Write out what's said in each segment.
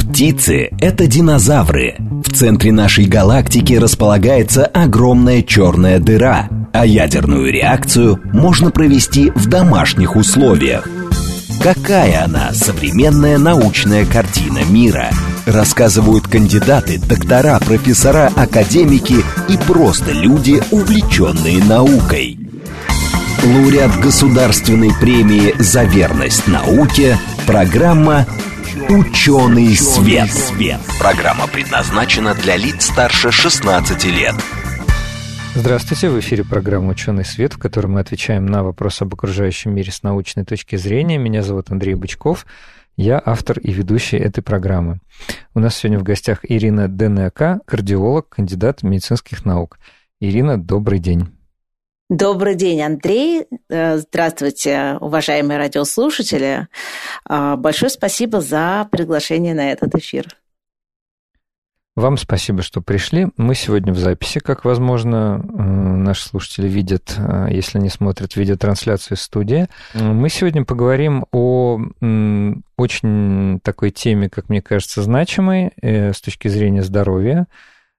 Птицы – это динозавры. В центре нашей галактики располагается огромная черная дыра, а ядерную реакцию можно провести в домашних условиях. Какая она, современная научная картина мира? Рассказывают кандидаты, доктора, профессора, академики и просто люди, увлеченные наукой. Лауреат Государственной премии за верность науке, программа «Ученый свет». Программа предназначена для лиц старше 16 лет. Здравствуйте, в эфире программа «Ученый свет», в которой мы отвечаем на вопросы об окружающем мире с научной точки зрения. Меня зовут Андрей Бычков, я автор и ведущий этой программы. У нас сегодня в гостях Ирина Денеака, кардиолог, кандидат медицинских наук. Ирина, добрый день. Добрый день, Андрей. Здравствуйте, уважаемые радиослушатели. Большое спасибо за приглашение на этот эфир. Вам спасибо, что пришли. Мы сегодня в записи, как, возможно, наши слушатели видят, если они смотрят видеотрансляцию из студии. Мы сегодня поговорим о очень такой теме, как мне кажется, значимой с точки зрения здоровья.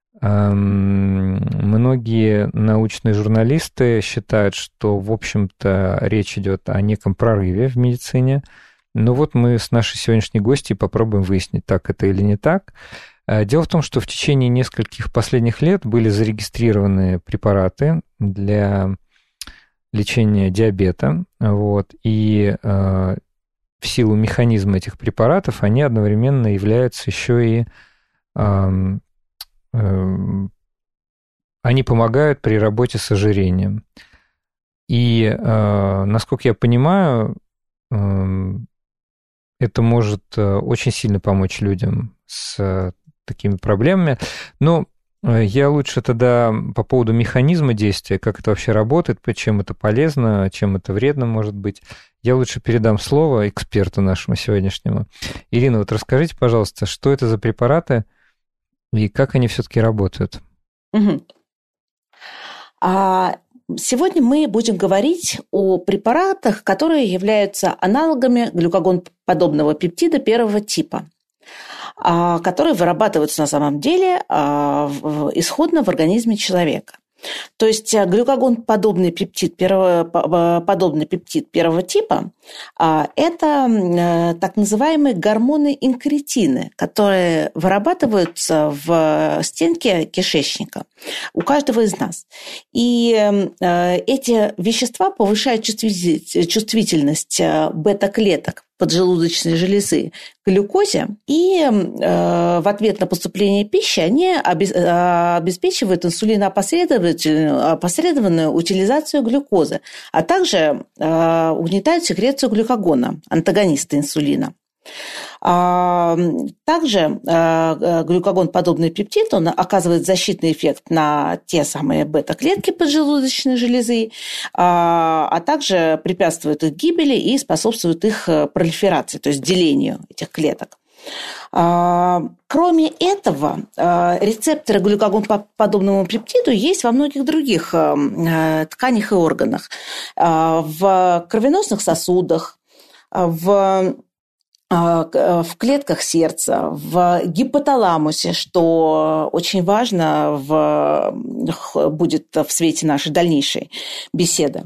Многие научные журналисты считают, что, в общем-то, речь идет о неком прорыве в медицине. Но вот мы с нашей сегодняшней гостьей попробуем выяснить, так это или не так. Дело в том, что в течение нескольких последних лет были зарегистрированы препараты для лечения диабета. Вот, и в силу механизма этих препаратов они одновременно являются еще и... Они помогают при работе с ожирением. И, насколько я понимаю, это может очень сильно помочь людям с такими проблемами. Но я лучше тогда по поводу механизма действия, как это вообще работает, чем это полезно, чем это вредно может быть, я лучше передам слово эксперту нашему сегодняшнему. Ирина, вот расскажите, пожалуйста, что это за препараты и как они все-таки работают? Сегодня мы будем говорить о препаратах, которые являются аналогами глюкагон-подобного пептида первого типа, которые вырабатываются на самом деле исходно в организме человека. То есть глюкагон-подобный пептид первого типа – это так называемые гормоны-инкретины, которые вырабатываются в стенке кишечника у каждого из нас. И эти вещества повышают чувствительность бета-клеток поджелудочной железы к глюкозе, и в ответ на поступление пищи они обеспечивают инсулиноопосредованную утилизацию глюкозы, а также угнетают секрецию глюкагона, антагониста инсулина. Также глюкагон-подобный пептид, он оказывает защитный эффект на те самые бета-клетки поджелудочной железы, а также препятствует их гибели и способствует их пролиферации, то есть делению этих клеток. Кроме этого, рецепторы глюкагон-подобному пептиду есть во многих других тканях и органах. В кровеносных сосудах, в клетках сердца, в гипоталамусе, что очень важно будет в свете нашей дальнейшей беседы,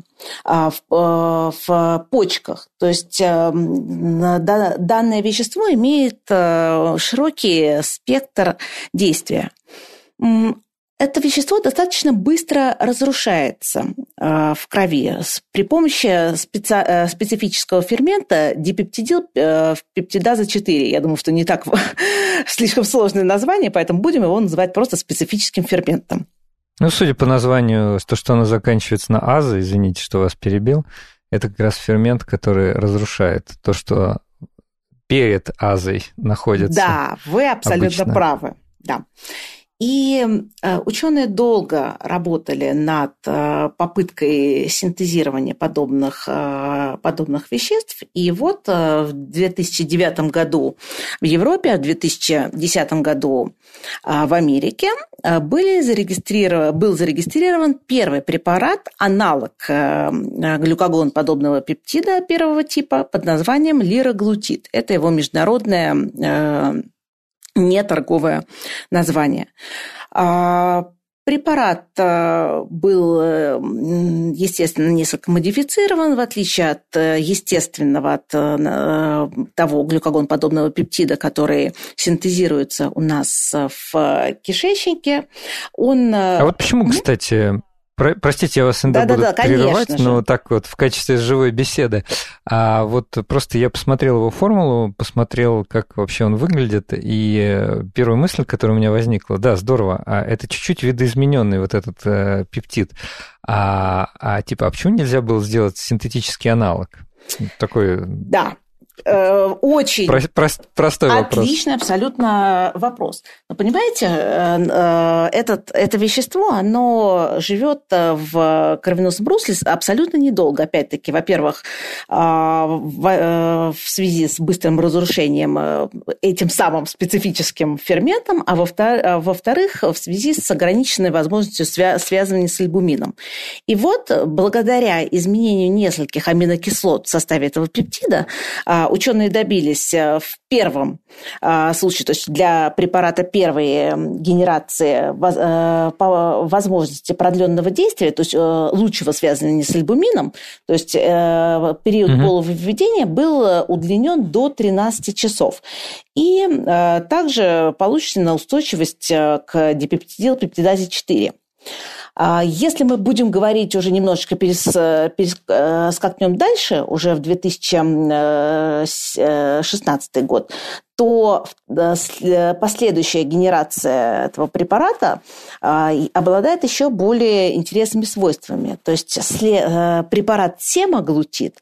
в почках. То есть данное вещество имеет широкий спектр действия. Это вещество достаточно быстро разрушается в крови при помощи специфического фермента дипептидаза 4. Я думаю, что не так слишком сложное название, поэтому будем его называть просто специфическим ферментом. Ну, судя по названию, то, что оно заканчивается на аза, извините, что вас перебил, это как раз фермент, который разрушает то, что перед азой находится. Да, вы абсолютно правы. Да. И ученые долго работали над попыткой синтезирования подобных веществ. И вот в 2009 году в Европе, а в 2010 году в Америке был зарегистрирован первый препарат, аналог глюкагон-подобного пептида первого типа под названием лираглутид. Это его международное не торговое название. Препарат был, естественно, несколько модифицирован, в отличие от естественного, от того глюкагон-подобного пептида, который синтезируется у нас в кишечнике. А вот почему, кстати... Простите, я вас иногда буду прерывать, но так вот в качестве живой беседы. А вот просто я посмотрел его формулу, посмотрел, как вообще он выглядит, и первая мысль, которая у меня возникла, да, здорово, это чуть-чуть видоизмененный вот этот пептид. А почему нельзя было сделать синтетический аналог? Такой... Да. Очень простой вопрос. Отличный абсолютно вопрос. Но понимаете, это вещество, оно живет в кровеносном русле абсолютно недолго. Опять-таки, во-первых, в связи с быстрым разрушением этим самым специфическим ферментом, а во-вторых, в связи с ограниченной возможностью связывания с альбумином. И вот, благодаря изменению нескольких аминокислот в составе этого пептида, ученые добились в первом случае, то есть для препарата первой генерации возможности продленного действия, то есть лучшего связывания с альбумином, то есть период полувыведения был удлинен до 13 часов. И также получена устойчивость к дипептидилпептидазе 4. Если мы будем говорить уже немножечко скакнем дальше, уже в 2016 год, то последующая генерация этого препарата обладает еще более интересными свойствами. То есть препарат семаглутид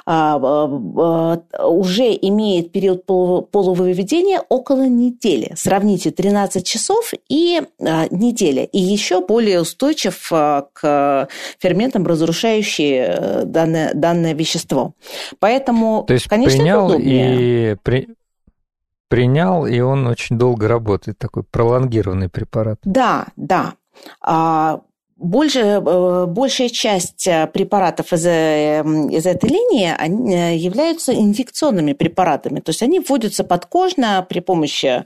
уже имеет период полувыведения около недели. Сравните 13 часов и неделя. И еще более устойчив к ферментам, разрушающим данное вещество. Поэтому, то есть конечно, это удобнее. Принял, и он очень долго работает, такой пролонгированный препарат. Да. Большая часть препаратов из этой линии являются инъекционными препаратами. То есть они вводятся подкожно при помощи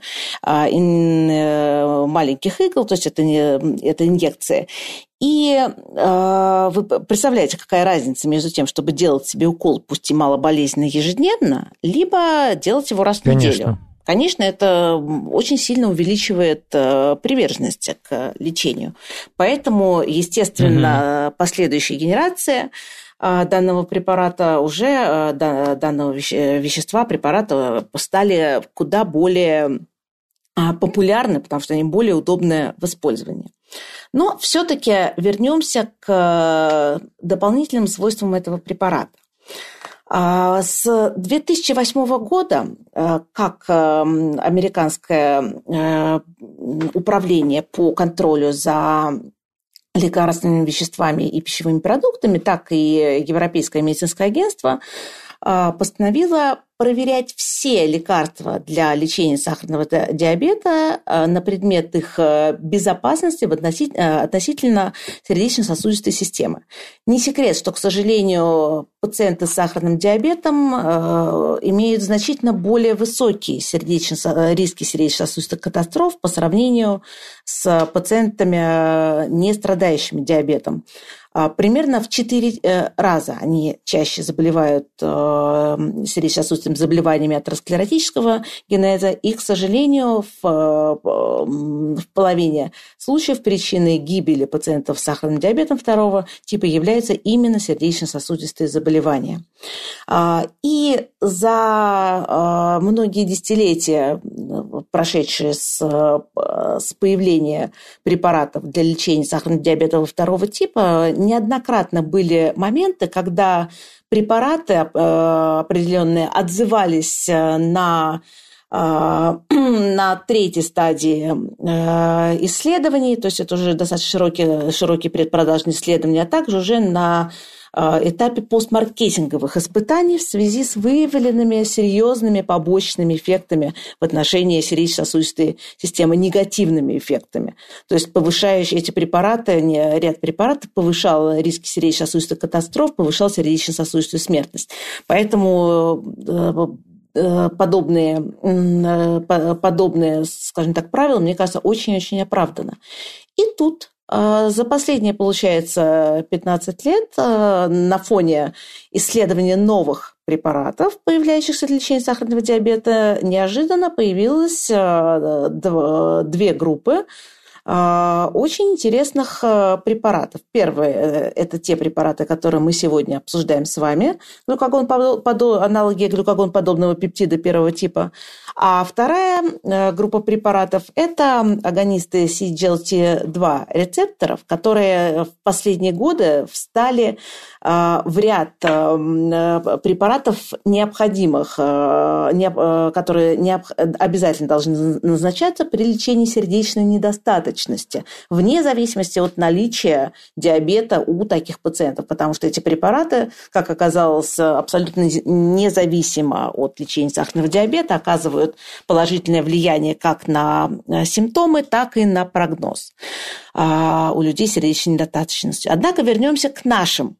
маленьких игл, то есть это инъекция. И вы представляете, какая разница между тем, чтобы делать себе укол, пусть и малоболезненно, ежедневно, либо делать его раз в неделю. Конечно, это очень сильно увеличивает приверженность к лечению. Поэтому, естественно, последующая генерация данного препарата, уже данного вещества, препарата стали куда более популярны, потому что они более удобны в использовании. Но все-таки вернемся к дополнительным свойствам этого препарата. С 2008 года, как американское управление по контролю за лекарственными веществами и пищевыми продуктами, так и Европейское медицинское агентство постановило проверять все лекарства для лечения сахарного диабета на предмет их безопасности относительно сердечно-сосудистой системы. Не секрет, что, к сожалению, пациенты с сахарным диабетом имеют значительно более высокие риски сердечно-сосудистых катастроф по сравнению с пациентами, не страдающими диабетом. Примерно в 4 раза они чаще заболевают сердечно-сосудистыми заболеваниями атеросклеротического генеза, и, к сожалению, в половине случаев причиной гибели пациентов с сахарным диабетом 2 типа являются именно сердечно-сосудистые заболевания. И за многие десятилетия, прошедшие с появления препаратов для лечения сахарного диабета 2 типа, неоднократно были моменты, когда препараты определенные отзывались на 3-й стадии исследований, то есть это уже достаточно широкие предпродажные исследования, а также уже на этапе постмаркетинговых испытаний в связи с выявленными серьезными побочными эффектами в отношении сердечно-сосудистой системы, негативными эффектами. То есть повышающие эти препараты, ряд препаратов повышал риски сердечно-сосудистых катастроф, повышал сердечно-сосудистую смертность. Поэтому подобные, скажем так, правила, мне кажется, очень-очень оправданно. И тут за последние, получается, 15 лет на фоне исследования новых препаратов, появляющихся для лечения сахарного диабета, неожиданно появилось две группы очень интересных препаратов. Первые – это те препараты, которые мы сегодня обсуждаем с вами, аналоги глюкагон-подобного пептида первого типа. А вторая группа препаратов – это агонисты CGLT2 рецепторов, которые в последние годы встали в ряд препаратов необходимых, которые обязательно должны назначаться при лечении сердечной недостаточности, вне зависимости от наличия диабета у таких пациентов, потому что эти препараты, как оказалось, абсолютно независимо от лечения сахарного диабета, оказывают положительное влияние как на симптомы, так и на прогноз у людей с сердечной недостаточностью. Однако вернемся к нашим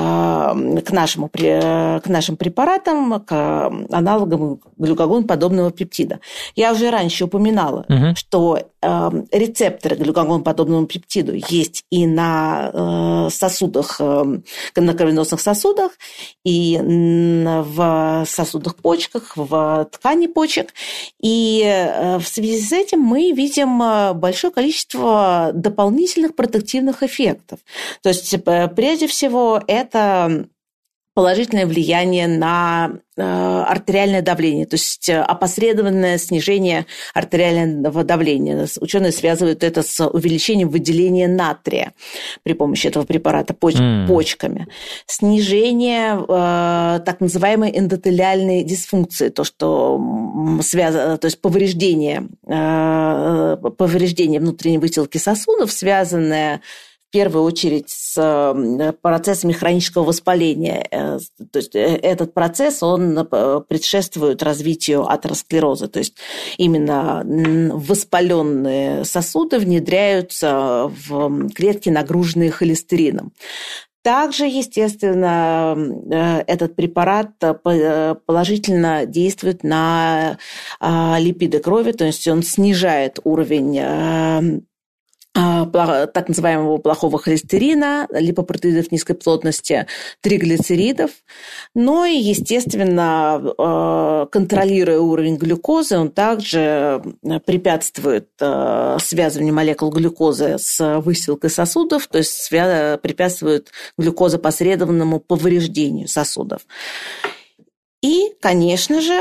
препаратам, к аналогам глюкагон-подобного пептида. Я уже раньше упоминала, что рецепторы глюкагон-подобному пептиду есть и на сосудах, на кровеносных сосудах, и в сосудах почках, в ткани почек. И в связи с этим мы видим большое количество дополнительных протективных эффектов. То есть, прежде всего, это положительное влияние на артериальное давление, то есть опосредованное снижение артериального давления. Ученые связывают это с увеличением выделения натрия при помощи этого препарата почками. Снижение так называемой эндотелиальной дисфункции, то есть повреждение внутренней вытилки сосудов, связанное в первую очередь с процессами хронического воспаления. То есть этот процесс, он предшествует развитию атеросклероза. То есть именно воспаленные сосуды внедряются в клетки, нагруженные холестерином. Также, естественно, этот препарат положительно действует на липиды крови, то есть он снижает уровень так называемого плохого холестерина, липопротеидов низкой плотности, триглицеридов. Но и, естественно, контролируя уровень глюкозы, он также препятствует связыванию молекул глюкозы с выстилкой сосудов, то есть препятствует глюкозопосредованному повреждению сосудов. И, конечно же,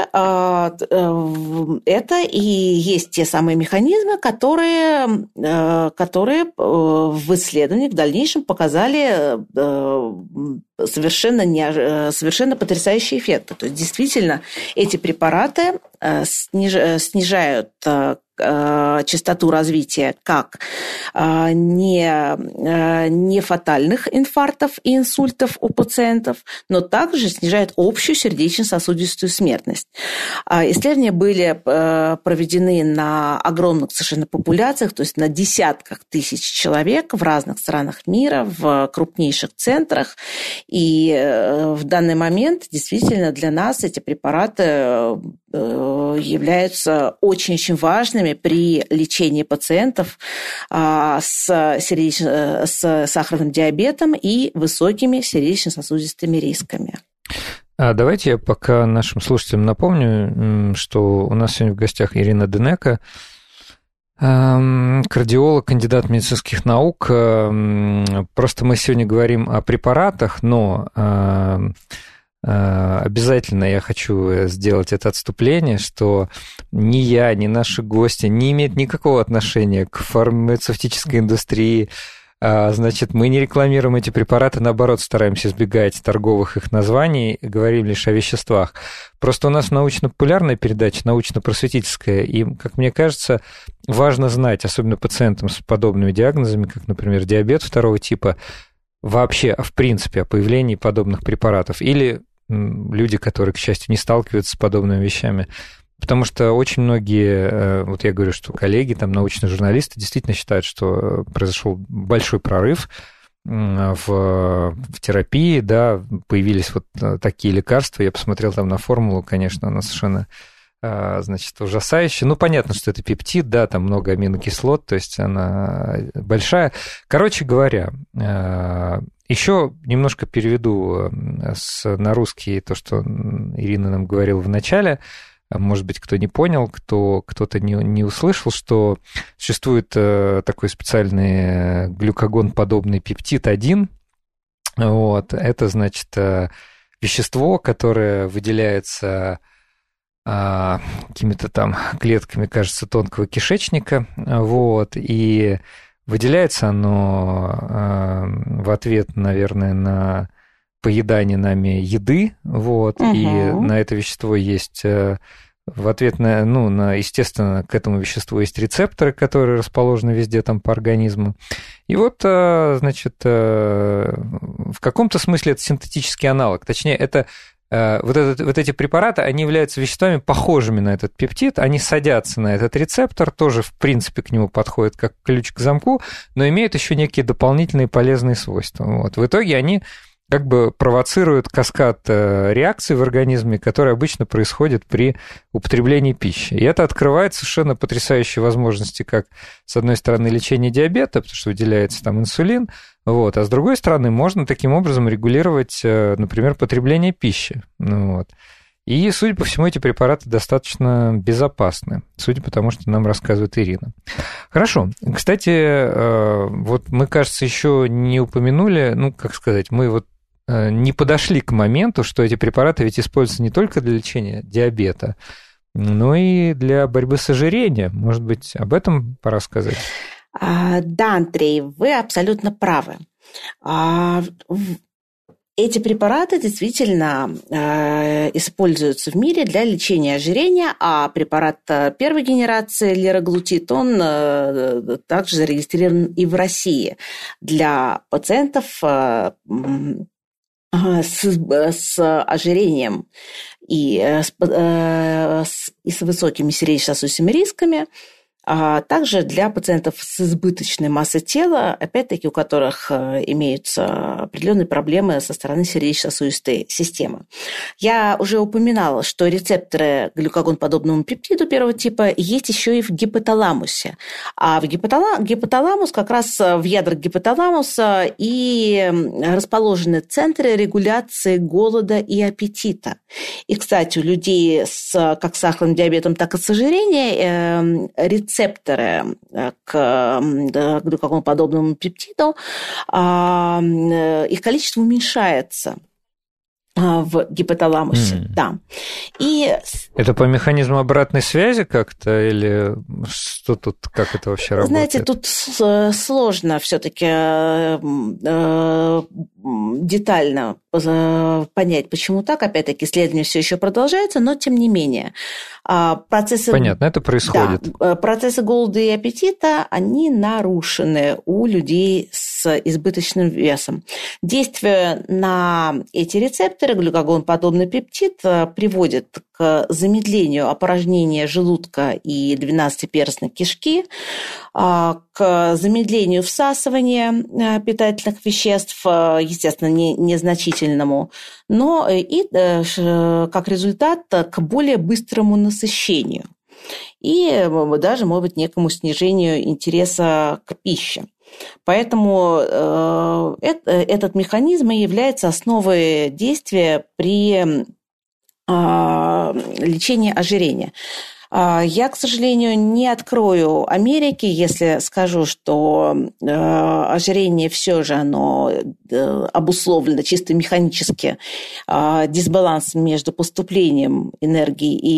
это и есть те самые механизмы, которые в исследованиях в дальнейшем показали совершенно потрясающие эффекты. То есть, действительно, эти препараты снижают частоту развития как не фатальных инфарктов и инсультов у пациентов, но также снижают общую сердечно-сосудистую смертность. Исследования были проведены на огромных совершенно популяциях, то есть на десятках тысяч человек в разных странах мира, в крупнейших центрах. И в данный момент действительно для нас эти препараты являются очень-очень важными при лечении пациентов с сахарным диабетом и высокими сердечно-сосудистыми рисками. Давайте я пока нашим слушателям напомню, что у нас сегодня в гостях Ирина Денека, кардиолог, кандидат медицинских наук. Просто мы сегодня говорим о препаратах, но обязательно я хочу сделать это отступление, что ни я, ни наши гости не имеют никакого отношения к фармацевтической индустрии. Значит, мы не рекламируем эти препараты, наоборот, стараемся избегать торговых их названий, говорим лишь о веществах. Просто у нас научно-популярная передача, научно-просветительская, и, как мне кажется, важно знать, особенно пациентам с подобными диагнозами, как, например, диабет второго типа, вообще, в принципе, о появлении подобных препаратов, или люди, которые, к счастью, не сталкиваются с подобными вещами. Потому что очень многие, вот я говорю, что коллеги, там, научные журналисты действительно считают, что произошел большой прорыв в терапии, да, появились вот такие лекарства. Я посмотрел там на формулу, конечно, она совершенно, значит, ужасающая. Ну, понятно, что это пептид, да, там много аминокислот, то есть она большая. Короче говоря, еще немножко переведу на русский то, что Ирина нам говорила в начале. Может быть, кто не понял, кто-то не услышал, что существует такой специальный глюкагон-подобный пептид-1. Вот. Это, значит, вещество, которое выделяется какими-то там клетками, кажется, тонкого кишечника. Вот. И выделяется оно в ответ, наверное, на поедание нами еды, вот, и на это вещество есть в ответ естественно, к этому веществу есть рецепторы, которые расположены везде там по организму. И вот, значит, в каком-то смысле это синтетический аналог, точнее, это вот эти препараты, они являются веществами, похожими на этот пептид, они садятся на этот рецептор, тоже, в принципе, к нему подходят как ключ к замку, но имеют еще некие дополнительные полезные свойства. Вот. В итоге они как бы провоцируют каскад реакций в организме, которые обычно происходят при употреблении пищи. И это открывает совершенно потрясающие возможности, как, с одной стороны, лечение диабета, потому что выделяется там инсулин, вот, а с другой стороны, можно таким образом регулировать, например, потребление пищи. Вот. И, судя по всему, эти препараты достаточно безопасны, судя по тому, что нам рассказывает Ирина. Хорошо. Кстати, вот мы, кажется, еще не упомянули, мы вот не подошли к моменту, что эти препараты ведь используются не только для лечения диабета, но и для борьбы с ожирением. Может быть, об этом пора сказать? Да, Андрей, вы абсолютно правы. Эти препараты действительно используются в мире для лечения ожирения, а препарат первой генерации лираглутид, он также зарегистрирован и в России для пациентов с ожирением и с высокими сердечно-сосудистыми рисками, а также для пациентов с избыточной массой тела, опять-таки у которых имеются определенные проблемы со стороны сердечно-сосудистой системы. Я уже упоминала, что рецепторы к глюкагон-подобному пептиду первого типа есть еще и в гипоталамусе. А в гипоталамус, как раз в ядрах гипоталамуса и расположены центры регуляции голода и аппетита. И, кстати, у людей как с сахарным диабетом, так и с ожирением рецепторы к глюкагон-подобному пептиду, их количество уменьшается в гипоталамусе. Да. И... Это по механизму обратной связи как-то, или что тут, как это вообще работает? Знаете, тут сложно все-таки детально понять, почему так. Опять-таки, исследование все еще продолжается, но тем не менее. Процессы... Понятно, это происходит. Да, процессы голода и аппетита, они нарушены у людей с избыточным весом. Действие на эти рецепторы, глюкагон-подобный пептид, приводит к замедлению опорожнения желудка и двенадцатиперстной кишки, к замедлению всасывания питательных веществ, естественно, незначительному, но и как результат к более быстрому насыщению и даже, может быть, некому снижению интереса к пище. Поэтому этот механизм и является основой действия при лечении ожирения. Я, к сожалению, не открою Америки, если скажу, что ожирение все же оно обусловлено чисто механически дисбалансом между поступлением энергии и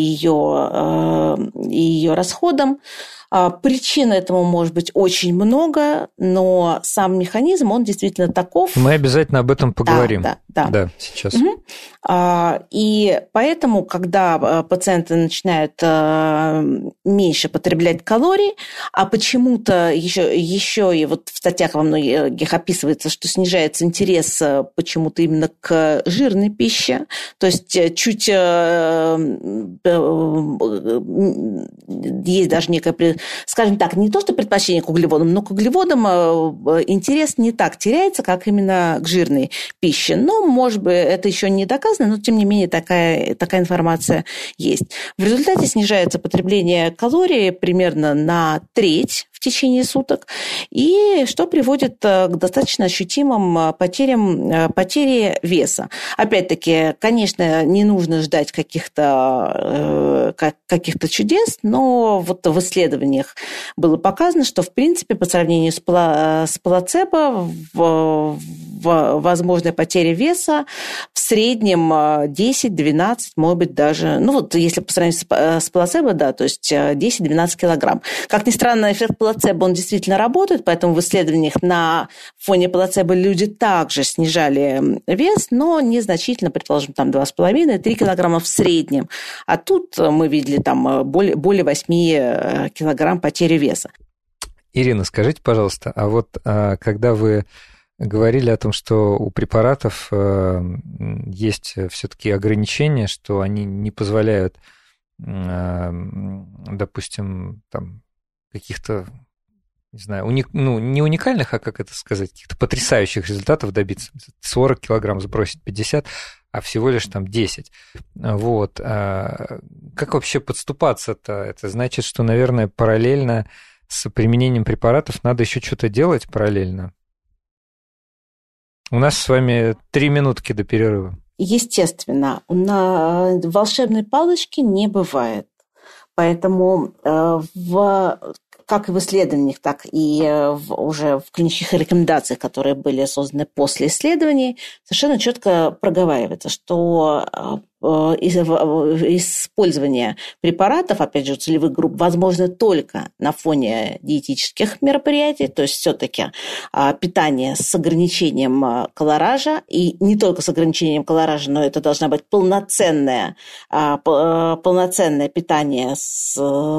ее расходом. Причин этому может быть очень много, но сам механизм, он действительно таков. Мы обязательно об этом поговорим. Да, сейчас. Угу. И поэтому, когда пациенты начинают меньше потреблять калорий, а почему-то еще и вот в статьях во многих описывается, что снижается интерес почему-то именно к жирной пище, то есть чуть есть даже некое скажем так, не то, что предпочтение к углеводам, но к углеводам интерес не так теряется, как именно к жирной пище. Но, может быть, это еще не доказано, но, тем не менее, такая информация есть. В результате снижается потребление калорий примерно на треть в течение суток, и что приводит к достаточно ощутимым потере веса. Опять-таки, конечно, не нужно ждать каких-то чудес, но вот в исследованиях было показано, что, в принципе, по сравнению с плацебо, возможная потеря веса в среднем 10-12, может быть, даже, ну вот если по сравнению с плацебо, да, то есть 10-12 килограмм. Как ни странно, эффект плацебо, он действительно работает, поэтому в исследованиях на фоне плацебо люди также снижали вес, но незначительно, предположим, там 2,5-3 килограмма в среднем. А тут мы видели там более 8 килограмм потери веса. Ирина, скажите, пожалуйста, а вот когда вы говорили о том, что у препаратов есть все-таки ограничения, что они не позволяют, допустим, там каких-то, не знаю, не уникальных, а как это сказать, каких-то потрясающих результатов добиться. 40 килограмм сбросить 50, а всего лишь там 10. Вот. Как вообще подступаться-то? Это значит, что, наверное, параллельно с применением препаратов надо еще что-то делать параллельно? У нас с вами 3 минутки до перерыва. Естественно, на волшебной палочки не бывает. Поэтому как и в исследованиях, так и уже в клинических рекомендациях, которые были созданы после исследований, совершенно четко проговаривается, что использование препаратов, опять же, у целевых групп, возможно только на фоне диетических мероприятий, то есть все-таки питание с ограничением колоража, и не только с ограничением колоража, но это должна быть полноценное питание с...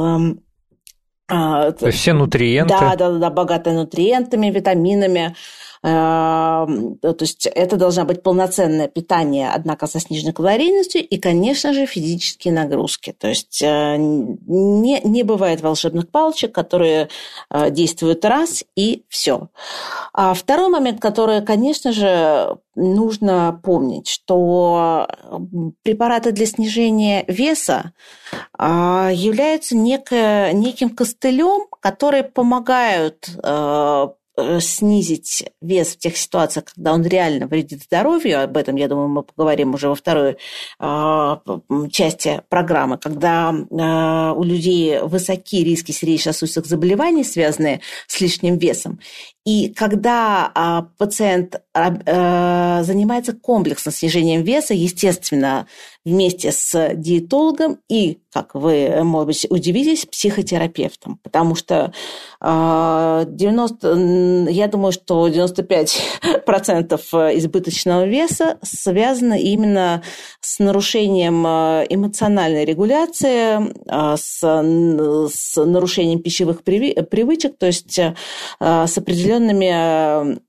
То есть все нутриенты. Да, богатые нутриентами, витаминами. То есть это должно быть полноценное питание, однако со сниженной калорийностью, и, конечно же, физические нагрузки. То есть не бывает волшебных палочек, которые действуют раз и все. А второй момент, который, конечно же, нужно помнить, что препараты для снижения веса являются неким костылем, которые помогают снизить вес в тех ситуациях, когда он реально вредит здоровью. Об этом, я думаю, мы поговорим уже во второй части программы, когда у людей высокие риски сердечно-сосудистых заболеваний, связанные с лишним весом. И когда пациент занимается комплексно снижением веса, естественно, вместе с диетологом и, как вы, может быть, удивитесь, психотерапевтом. Потому что я думаю, что 95% избыточного веса связано именно с нарушением эмоциональной регуляции, с нарушением пищевых привычек, то есть с определенными,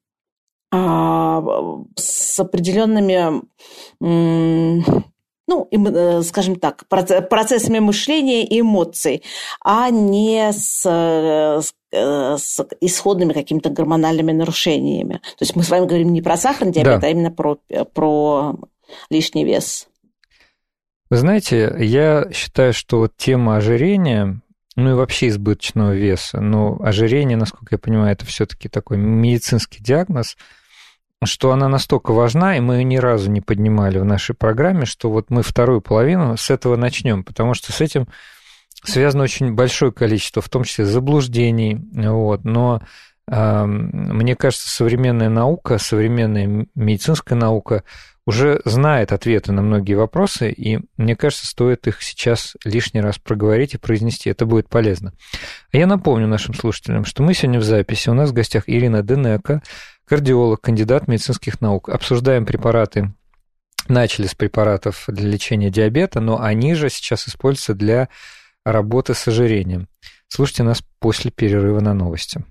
скажем так, процессами мышления и эмоций, а не с исходными какими-то гормональными нарушениями. То есть мы с вами говорим не про сахарный диабет, а именно про лишний вес. Вы знаете, я считаю, что вот тема ожирения, и вообще избыточного веса, но ожирение, насколько я понимаю, это все-таки такой медицинский диагноз, что она настолько важна, и мы ее ни разу не поднимали в нашей программе, что вот мы вторую половину с этого начнем, потому что с этим связано очень большое количество, в том числе заблуждений, но мне кажется, современная наука, современная медицинская наука уже знает ответы на многие вопросы, и мне кажется, стоит их сейчас лишний раз проговорить и произнести, это будет полезно. А я напомню нашим слушателям, что мы сегодня в записи, у нас в гостях Ирина Денеко, кардиолог, кандидат медицинских наук. Обсуждаем препараты, начали с препаратов для лечения диабета, но они же сейчас используются для работы с ожирением. Слушайте нас после перерыва на новости.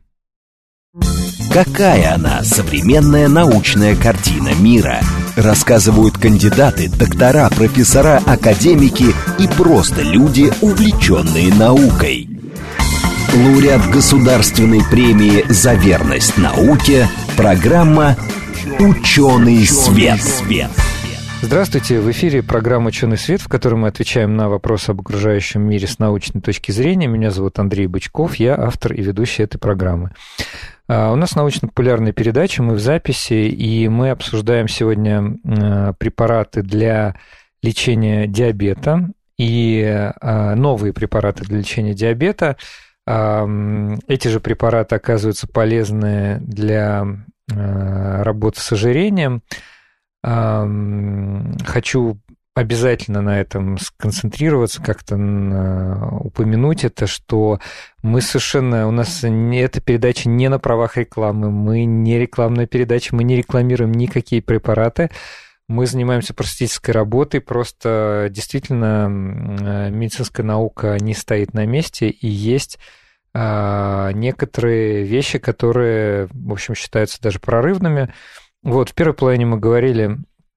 Какая она, современная научная картина мира? Рассказывают кандидаты, доктора, профессора, академики и просто люди, увлеченные наукой. Лауреат государственной премии за верность науке, программа «Ученый свет». Здравствуйте, в эфире программа «Ученый свет», в которой мы отвечаем на вопросы об окружающем мире с научной точки зрения. Меня зовут Андрей Бычков, я автор и ведущий этой программы. У нас научно-популярная передача, мы в записи, и мы обсуждаем сегодня препараты для лечения диабета и новые препараты для лечения диабета. Эти же препараты оказываются полезны для работы с ожирением. Хочу обязательно на этом сконцентрироваться, как-то упомянуть это, что мы совершенно... У нас эта передача не на правах рекламы, мы не рекламная передача, мы не рекламируем никакие препараты, мы занимаемся просветительской работой, просто действительно медицинская наука не стоит на месте, и есть некоторые вещи, которые, в общем, считаются даже прорывными. Вот, в первой половине мы говорили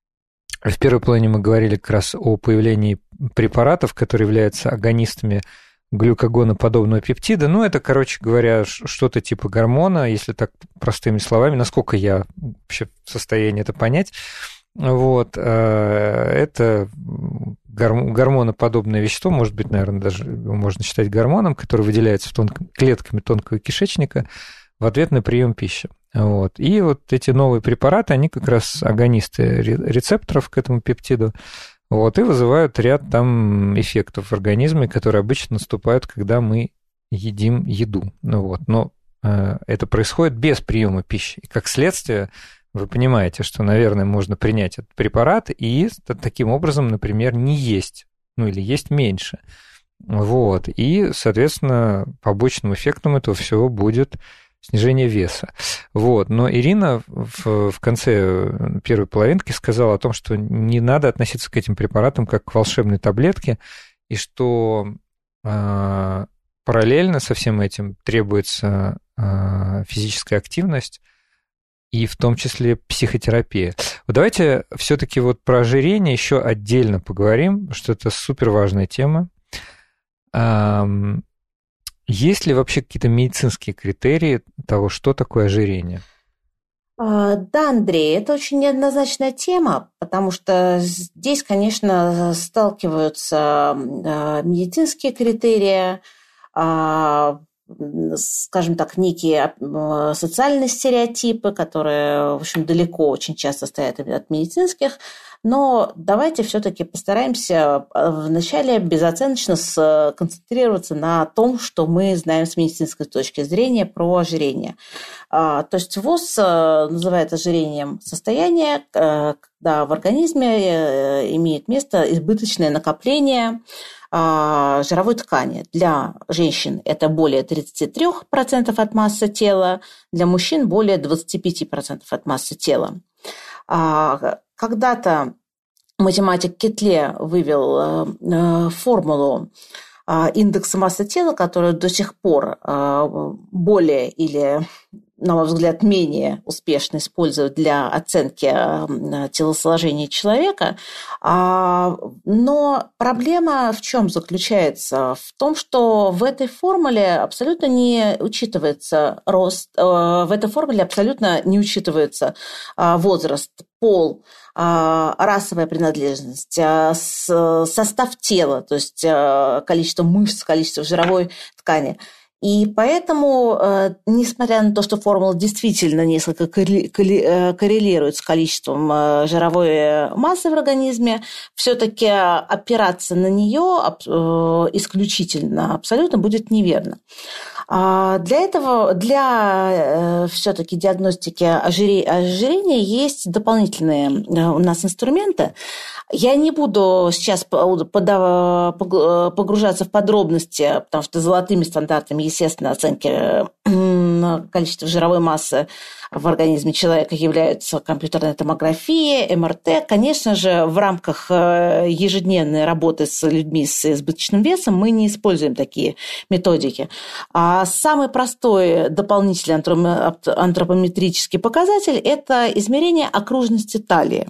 как раз о появлении препаратов, которые являются агонистами глюкагоноподобного пептида. Ну, это, короче говоря, что-то типа гормона, если так простыми словами, насколько я вообще в состоянии это понять. Вот, это гормоноподобное вещество, может быть, наверное, даже можно считать гормоном, который выделяется клетками тонкого кишечника в ответ на прием пищи. Вот. И вот эти новые препараты, они как раз агонисты рецепторов к этому пептиду, вот, и вызывают ряд там эффектов в организме, которые обычно наступают, когда мы едим еду. Ну, вот. Но это происходит без приема пищи. И как следствие, вы понимаете, что, наверное, можно принять этот препарат и таким образом, например, не есть, ну или есть меньше. Вот. И, соответственно, побочным эффектом этого всего будет снижение веса. Вот. Но Ирина в конце первой половинки сказала о том, что не надо относиться к этим препаратам как к волшебной таблетке, и что параллельно со всем этим требуется физическая активность, и в том числе психотерапия. Вот давайте все-таки вот про ожирение еще отдельно поговорим, что это суперважная тема. Есть ли вообще какие-то медицинские критерии того, что такое ожирение? Да, Андрей, это очень неоднозначная тема, потому что здесь, конечно, сталкиваются медицинские критерии, скажем так, некие социальные стереотипы, которые, в общем, далеко очень часто стоят от медицинских. Но давайте все-таки постараемся вначале безоценочно сконцентрироваться на том, что мы знаем с медицинской точки зрения про ожирение. То есть ВОЗ называет ожирением состояние, когда в организме имеет место избыточное накопление жировой ткани. Для женщин это более 33% от массы тела, для мужчин более 25% от массы тела. Когда-то математик Кетле вывел формулу индекса массы тела, которую до сих пор более или, на мой взгляд, менее успешно используют для оценки телосложения человека. Но проблема в чем заключается? В том, что в этой формуле абсолютно не учитывается рост, в этой формуле абсолютно не учитывается возраст, пол, расовая принадлежность, состав тела, то есть количество мышц, количество жировой ткани. И поэтому, несмотря на то, что формула действительно несколько коррелирует с количеством жировой массы в организме, все-таки опираться на нее исключительно абсолютно будет неверно. Для этого, для все-таки диагностики ожирения есть дополнительные у нас инструменты. Я не буду сейчас погружаться в подробности, потому что золотыми стандартами, естественно, оценки количества жировой массы в организме человека являются компьютерная томография, МРТ. Конечно же, в рамках ежедневной работы с людьми с избыточным весом мы не используем такие методики. А самый простой дополнительный антропометрический показатель – это измерение окружности талии.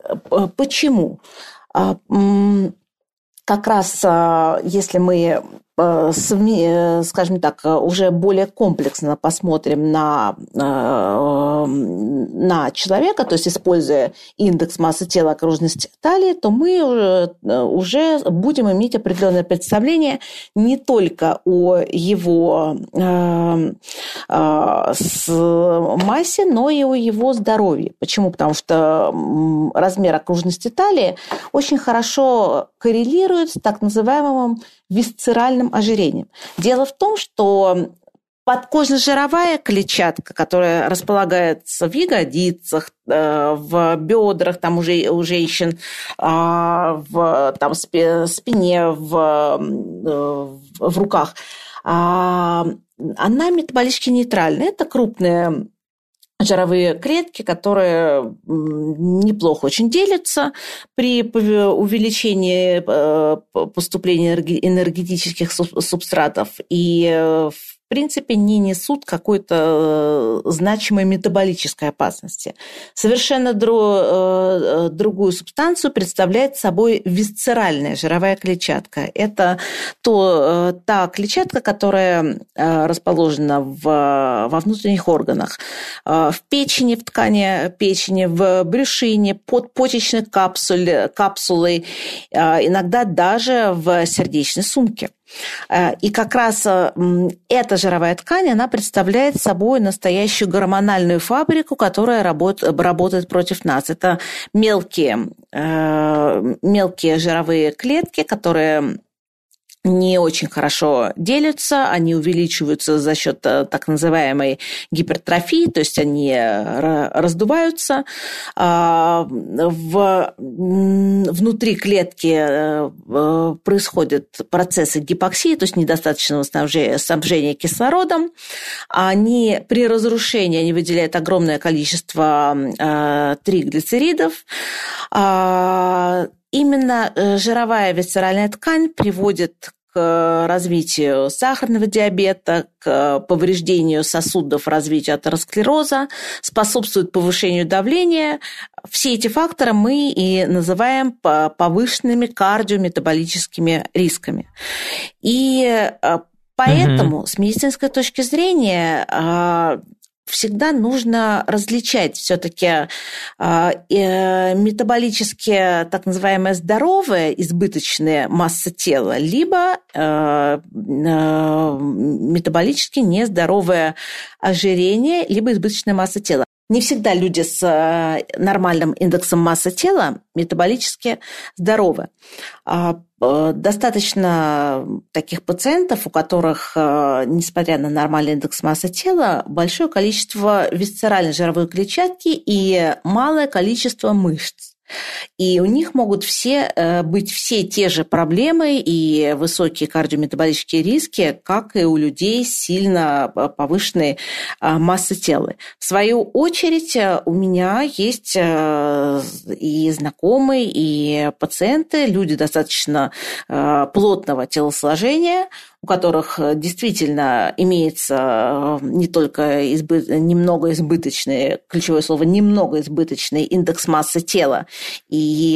Почему? Как раз если мы скажем так, уже более комплексно посмотрим на человека, то есть используя индекс массы тела, окружность талии, то мы уже будем иметь определенное представление не только о его массе, но и о его здоровье. Почему? Потому что размер окружности талии очень хорошо коррелирует с так называемым висцеральным ожирением. Дело в том, что подкожно-жировая клетчатка, которая располагается в ягодицах, в бедрах, там уже у женщин, в спине, в руках, она метаболически нейтральна. Это крупные жировые клетки, которые неплохо очень делятся при увеличении поступления энергетических субстратов и в принципе не несут какой-то значимой метаболической опасности. Совершенно другую субстанцию представляет собой висцеральная жировая клетчатка. Это та клетчатка, которая расположена во внутренних органах, в печени, в ткани печени, в брюшине, подпочечной капсулой, иногда даже в сердечной сумке. И как раз эта жировая ткань, она представляет собой настоящую гормональную фабрику, которая работает против нас. Это мелкие жировые клетки, которые не очень хорошо делятся, они увеличиваются за счет так называемой гипертрофии, то есть они раздуваются. Внутри клетки происходят процессы гипоксии, то есть недостаточного снабжения кислородом. При разрушении они выделяют огромное количество триглицеридов. Именно жировая висцеральная ткань приводит к развитию сахарного диабета, к повреждению сосудов, развитию атеросклероза, способствует повышению давления. Все эти факторы мы и называем повышенными кардиометаболическими рисками. И поэтому с медицинской точки зрения всегда нужно различать все-таки метаболически так называемая здоровая избыточная масса тела, либо метаболически нездоровое ожирение, либо избыточная масса тела. Не всегда люди с нормальным индексом массы тела метаболически здоровы. Достаточно таких пациентов, у которых, несмотря на нормальный индекс массы тела, большое количество висцеральной жировой клетчатки и малое количество мышц. И у них могут быть все те же проблемы и высокие кардиометаболические риски, как и у людей с сильно повышенной массой тела. В свою очередь, у меня есть и знакомые, и пациенты, люди достаточно плотного телосложения, у которых действительно имеется не только немного избыточный, ключевое слово немного избыточный индекс массы тела и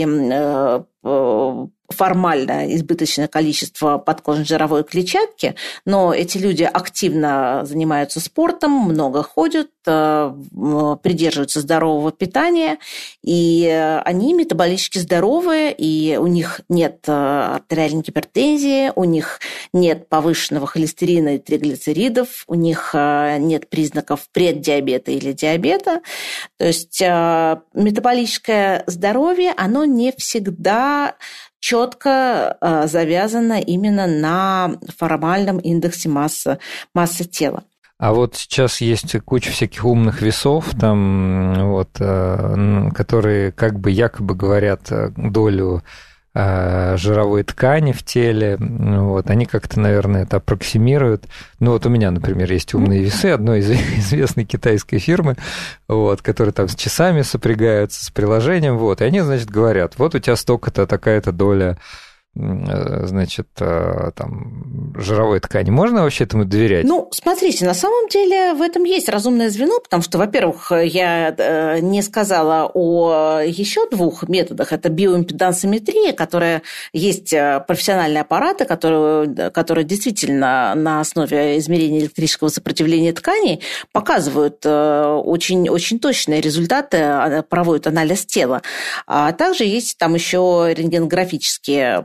формально избыточное количество подкожно-жировой клетчатки, но эти люди активно занимаются спортом, много ходят, придерживаются здорового питания, и они метаболически здоровые, и у них нет артериальной гипертензии, у них нет повышенного холестерина и триглицеридов, у них нет признаков преддиабета или диабета. То есть метаболическое здоровье, оно не всегда четко завязано именно на формальном индексе массы тела. А вот сейчас есть куча всяких умных весов, там, вот, которые как бы якобы говорят долю жировой ткани в теле, вот, они как-то, наверное, это аппроксимируют. Ну, вот у меня, например, есть умные весы одной известной китайской фирмы, вот, которые там с часами сопрягаются, с приложением, вот, и они, значит, говорят, вот у тебя столько-то, такая-то доля значит, там, жировой ткани. Можно вообще этому доверять? Ну, смотрите, на самом деле в этом есть разумное звено, потому что, во-первых, я не сказала о еще двух методах. Это биоимпедансометрия, которая есть профессиональные аппараты, которые действительно на основе измерения электрического сопротивления тканей показывают очень, очень точные результаты, проводят анализ тела. А также есть там еще рентгенографические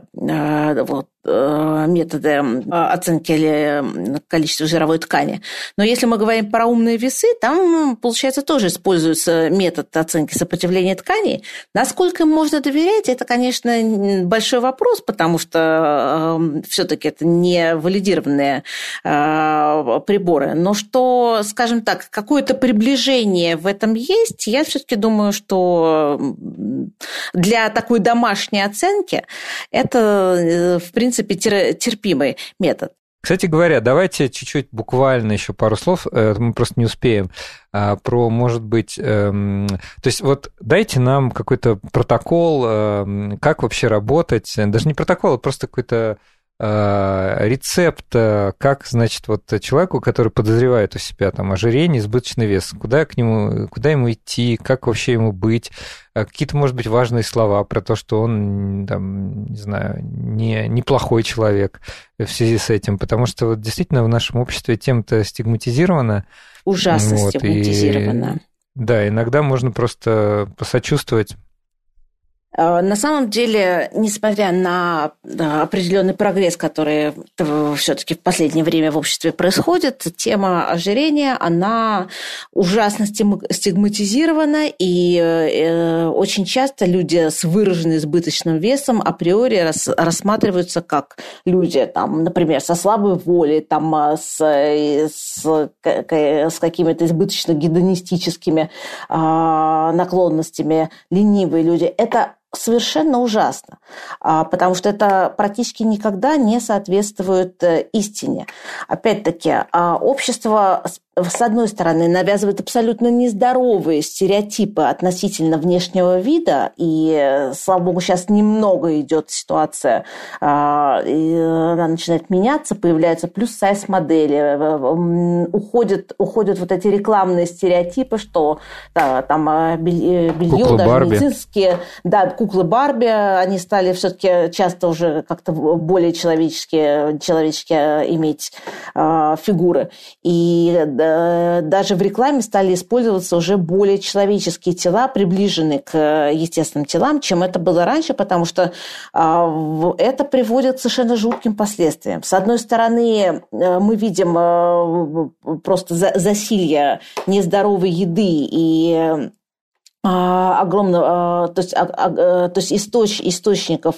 методы оценки количества жировой ткани. Но если мы говорим про умные весы, там, получается, тоже используется метод оценки сопротивления тканей. Насколько им можно доверять, это, конечно, большой вопрос, потому что все-таки это не валидированные приборы. Но что, скажем так, какое-то приближение в этом есть, я все-таки думаю, что для такой домашней оценки это, в принципе, терпимый метод. Кстати говоря, давайте чуть-чуть буквально еще пару слов, мы просто не успеем, про, может быть, то есть вот дайте нам какой-то протокол, как вообще работать, даже не протокол, а просто какой-то рецепт, как, значит, вот человеку, который подозревает у себя там ожирение, избыточный вес, куда ему идти, как вообще ему быть, какие-то, может быть, важные слова про то, что он, там, не знаю, неплохой человек в связи с этим, потому что вот действительно в нашем обществе тема-то стигматизирована. Ужасно стигматизирована. Да, иногда можно просто посочувствовать. На самом деле, несмотря на определенный прогресс, который все-таки в последнее время в обществе происходит, тема ожирения, она ужасно стигматизирована, и очень часто люди с выраженным избыточным весом априори рассматриваются как люди, там, например, со слабой волей, там, с какими-то избыточно гедонистическими наклонностями, ленивые люди. Это совершенно ужасно, потому что это практически никогда не соответствует истине. Опять-таки, общество, с одной стороны, навязывает абсолютно нездоровые стереотипы относительно внешнего вида, и, слава богу, сейчас немного идет ситуация, и она начинает меняться, появляются плюс-сайз-модели, уходят вот эти рекламные стереотипы, что да, там белье, даже медицинские, да, куклы Барби, они стали все-таки часто уже как-то более человеческие иметь фигуры. И даже в рекламе стали использоваться уже более человеческие тела, приближенные к естественным телам, чем это было раньше, потому что это приводит к совершенно жутким последствиям. С одной стороны, мы видим просто засилье нездоровой еды и огромного, то есть источников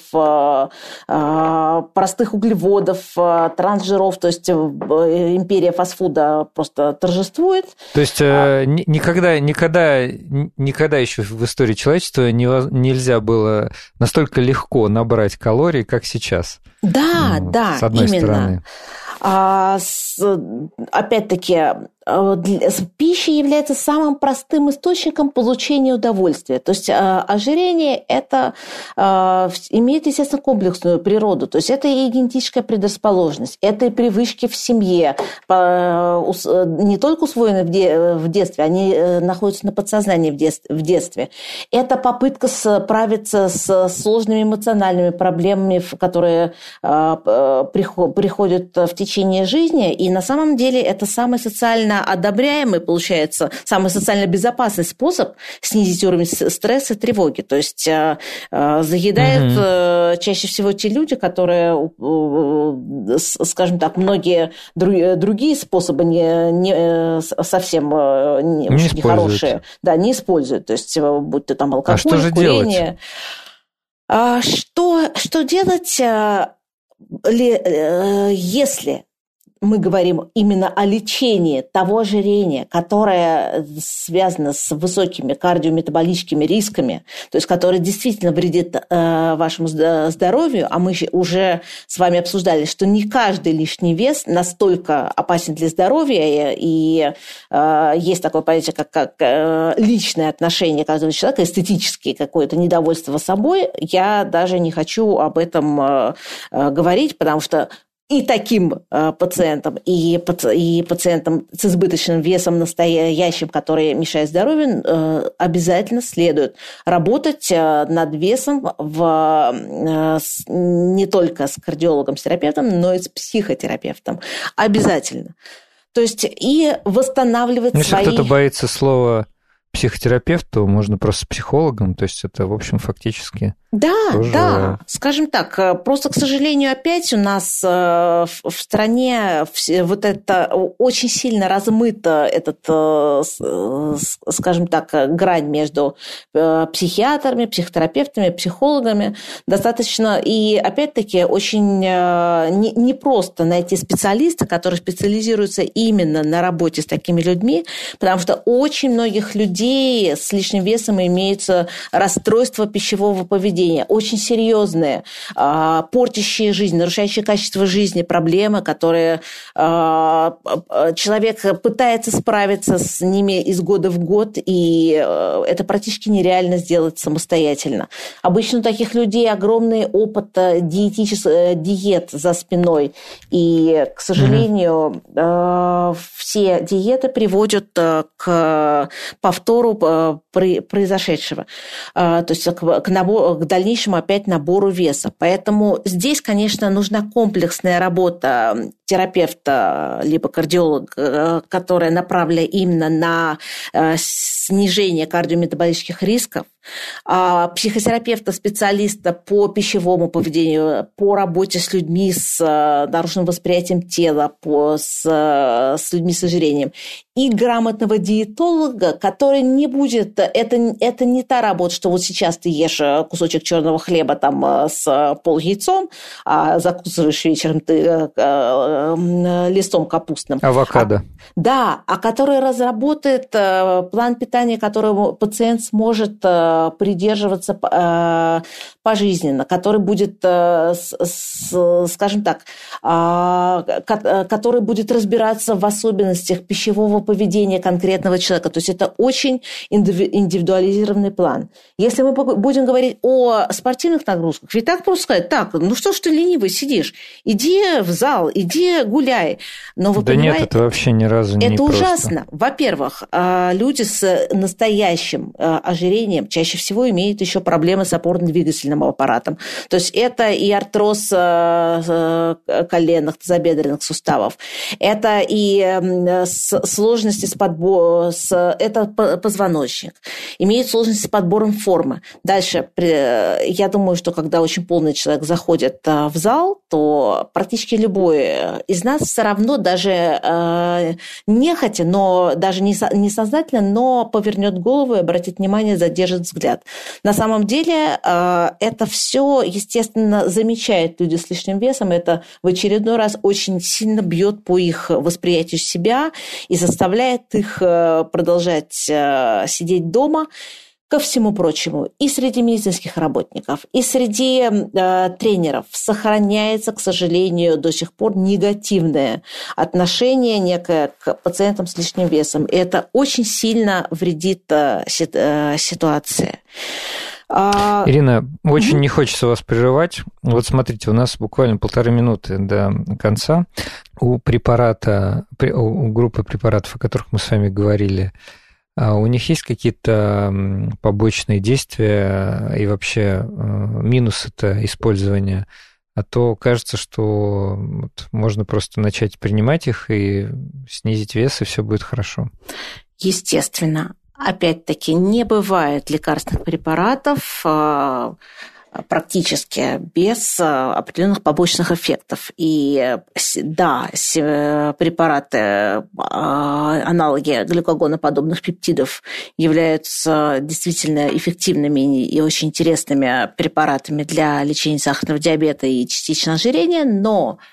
простых углеводов, трансжиров, то есть империя фастфуда просто торжествует. То есть никогда еще в истории человечества нельзя было настолько легко набрать калорий, как сейчас. Да, да, с одной именно. Стороны. Опять-таки, пища является самым простым источником получения удовольствия. То есть ожирение это имеет, естественно, комплексную природу. То есть это и генетическая предрасположенность, это и привычки в семье, не только усвоены в детстве, они находятся на подсознании в детстве. Это попытка справиться с сложными эмоциональными проблемами, которые приходят в течение жизни. И на самом деле это самый социально одобряемый, получается, самый социально безопасный способ снизить уровень стресса и тревоги. То есть заедают чаще всего те люди, которые, скажем так, многие другие способы совсем нехорошие, да, не используют. То есть будь то там алкоголь, курение. Что делать, если мы говорим именно о лечении того ожирения, которое связано с высокими кардиометаболическими рисками, то есть которое действительно вредит вашему здоровью, а мы уже с вами обсуждали, что не каждый лишний вес настолько опасен для здоровья, и есть такое понятие, как личное отношение каждого человека, эстетическое какое-то недовольство собой. Я даже не хочу об этом говорить, потому что и таким пациентам, и пациентам с избыточным весом настоящим, которые мешают здоровью, обязательно следует работать над весом не только с кардиологом, с терапевтом, но и с психотерапевтом. Обязательно. То есть и восстанавливать Если кто-то боится слова психотерапевт, то можно просто с психологом, то есть это, в общем, фактически... Да, скажем так, просто, к сожалению, опять у нас в стране вот это очень сильно размыто, скажем так, грань между психиатрами, психотерапевтами, психологами. Достаточно, и опять-таки очень непросто найти специалиста, который специализируется именно на работе с такими людьми, потому что очень многих людей с лишним весом имеются расстройства пищевого поведения, очень серьезные, портящие жизнь, нарушающие качество жизни, проблемы, которые человек пытается справиться с ними из года в год, и это практически нереально сделать самостоятельно. Обычно у таких людей огромный опыт диет за спиной, и, к сожалению, все диеты приводят к повтору произошедшего, то есть к дальнейшему опять набору веса. Поэтому здесь, конечно, нужна комплексная работа терапевта либо кардиолога, которая направлена именно на снижение кардиометаболических рисков, психотерапевта, специалиста по пищевому поведению, по работе с людьми с нарушенным восприятием тела, с людьми с ожирением, и грамотного диетолога, который не будет... Это не та работа, что вот сейчас ты ешь кусочек черного хлеба там с поляйцом, а закусываешь вечером ты листом капустным. Авокадо. Который разработает план питания, которому пациент сможет придерживаться пожизненно, который будет, скажем так, который будет разбираться в особенностях пищевого поведения конкретного человека. То есть это очень индивидуализированный план. Если мы будем говорить о спортивных нагрузках, ведь так просто сказать, что ж ты ленивый сидишь, иди в зал, иди гуляй. Но вы понимаете, нет, это вообще ни разу не это просто. ужасно. Во-первых, люди с настоящим ожирением чаще всего имеют еще проблемы с опорно-двигательным аппаратом. То есть это и артроз коленных, тазобедренных суставов, это и сложности это позвоночник, имеют сложности с подбором формы. Дальше, я думаю, что когда очень полный человек заходит в зал, то практически любой из нас все равно даже нехотя, но даже несознательно, но повернет голову и обратит внимание, задержит взгляд. На самом деле это все, естественно, замечают люди с лишним весом. Это в очередной раз очень сильно бьет по их восприятию себя и заставляет их продолжать сидеть дома. Ко всему прочему, и среди медицинских работников, и среди тренеров сохраняется, к сожалению, до сих пор негативное отношение некое к пациентам с лишним весом. И это очень сильно вредит ситуации. Ирина, очень не хочется вас прерывать. Вот смотрите, у нас буквально 1,5 минуты до конца. У группы препаратов, о которых мы с вами говорили, у них есть какие-то побочные действия и вообще минусы-то использования? А то кажется, что можно просто начать принимать их и снизить вес, и все будет хорошо. Естественно. Опять-таки, не бывает лекарственных препаратов практически без определенных побочных эффектов. И да, препараты, аналоги глюкагоноподобных пептидов являются действительно эффективными и очень интересными препаратами для лечения сахарного диабета и частично ожирения, но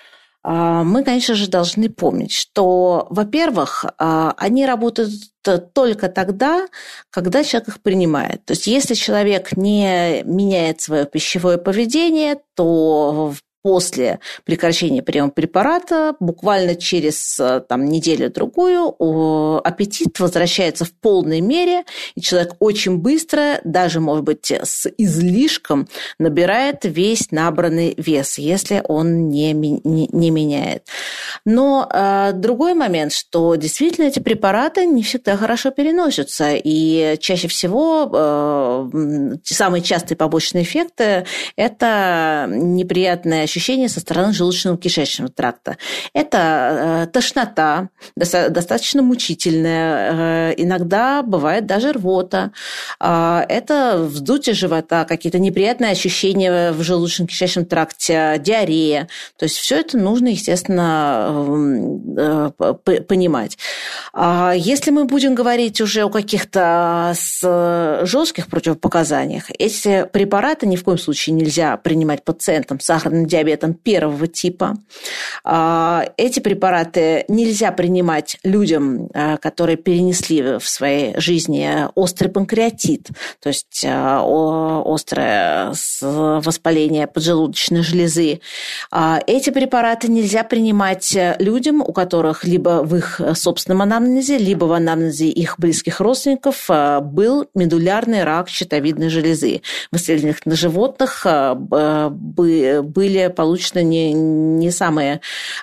мы, конечно же, должны помнить, что, во-первых, они работают только тогда, когда человек их принимает. То есть если человек не меняет свое пищевое поведение, то после прекращения приема препарата, буквально через неделю-другую, аппетит возвращается в полной мере, и человек очень быстро, даже, может быть, с излишком, набирает весь набранный вес, если он не меняет. Но другой момент, что действительно эти препараты не всегда хорошо переносятся, и чаще всего самые частые побочные эффекты – это неприятное ощущения со стороны желудочно-кишечного тракта. Это тошнота, достаточно мучительная, иногда бывает даже рвота, это вздутие живота, какие-то неприятные ощущения в желудочно-кишечном тракте, диарея. То есть все это нужно, естественно, понимать. Если мы будем говорить уже о каких-то жестких противопоказаниях, эти препараты ни в коем случае нельзя принимать пациентам с сахарным диабетом первого типа. Эти препараты нельзя принимать людям, которые перенесли в своей жизни острый панкреатит, то есть острое воспаление поджелудочной железы. Эти препараты нельзя принимать людям, у которых либо в их собственном анамнезе, либо в анамнезе их близких родственников был медулярный рак щитовидной железы. В исследованиях на животных были получены не самые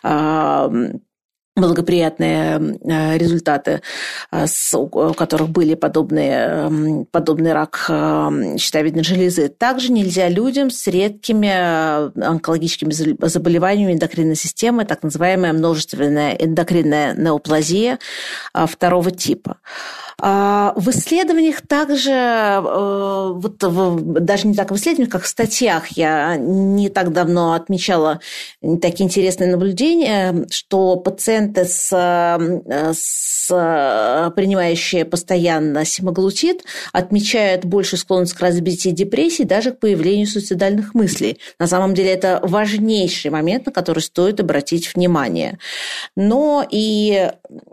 благоприятные результаты, у которых были подобный рак щитовидной железы. Также нельзя людям с редкими онкологическими заболеваниями эндокринной системы, так называемая множественная эндокринная неоплазия второго типа. В исследованиях также, даже не так в исследованиях, как в статьях, я не так давно отмечала такие интересные наблюдения, что пациенты, принимающие постоянно семаглутид, отмечают большую склонность к развитию депрессии, даже к появлению суицидальных мыслей. На самом деле это важнейший момент, на который стоит обратить внимание. Но и,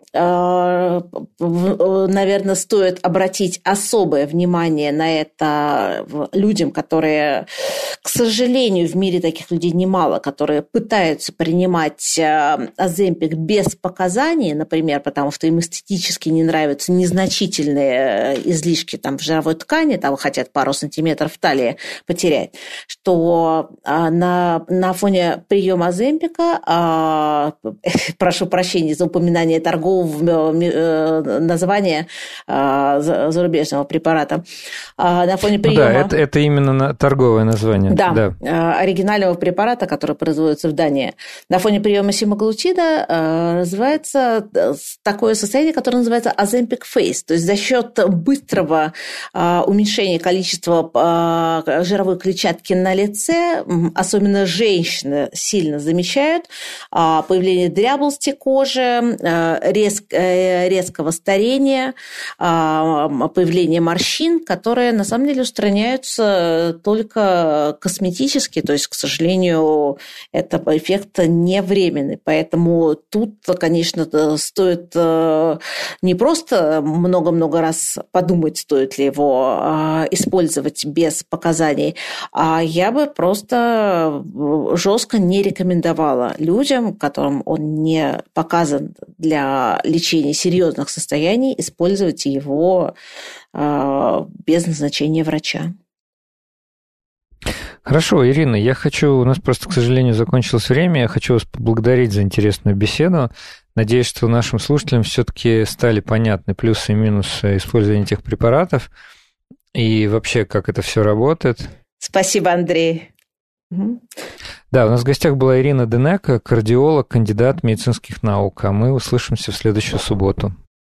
наверное, стоит обратить особое внимание на это людям, которые, к сожалению, в мире таких людей немало, которые пытаются принимать Оземпик без показаний, например, потому что им эстетически не нравятся незначительные излишки в жировой ткани, хотят пару сантиметров талии потерять, что на фоне приема Оземпика, прошу прощения за упоминание торгового названия зарубежного препарата, на фоне приема... Да, это именно торговое название. Да, оригинального препарата, который производится в Дании. На фоне приема семаглутида развивается такое состояние, которое называется Ozempic Face. То есть за счет быстрого уменьшения количества жировой клетчатки на лице, особенно женщины сильно замечают появление дряблости кожи, резкого старения, появление морщин, которые на самом деле устраняются только косметически, то есть, к сожалению, это эффект не временный. Поэтому тут, конечно, стоит не просто много-много раз подумать, стоит ли его использовать без показаний, а я бы просто жестко не рекомендовала людям, которым он не показан для лечения серьезных состояний, использовать его без назначения врача. Хорошо, Ирина, у нас просто, к сожалению, закончилось время. Я хочу вас поблагодарить за интересную беседу. Надеюсь, что нашим слушателям все-таки стали понятны плюсы и минусы использования этих препаратов и вообще, как это все работает. Спасибо, Андрей. Да, у нас в гостях была Ирина Денека, кардиолог, кандидат медицинских наук, а мы услышимся в следующую субботу.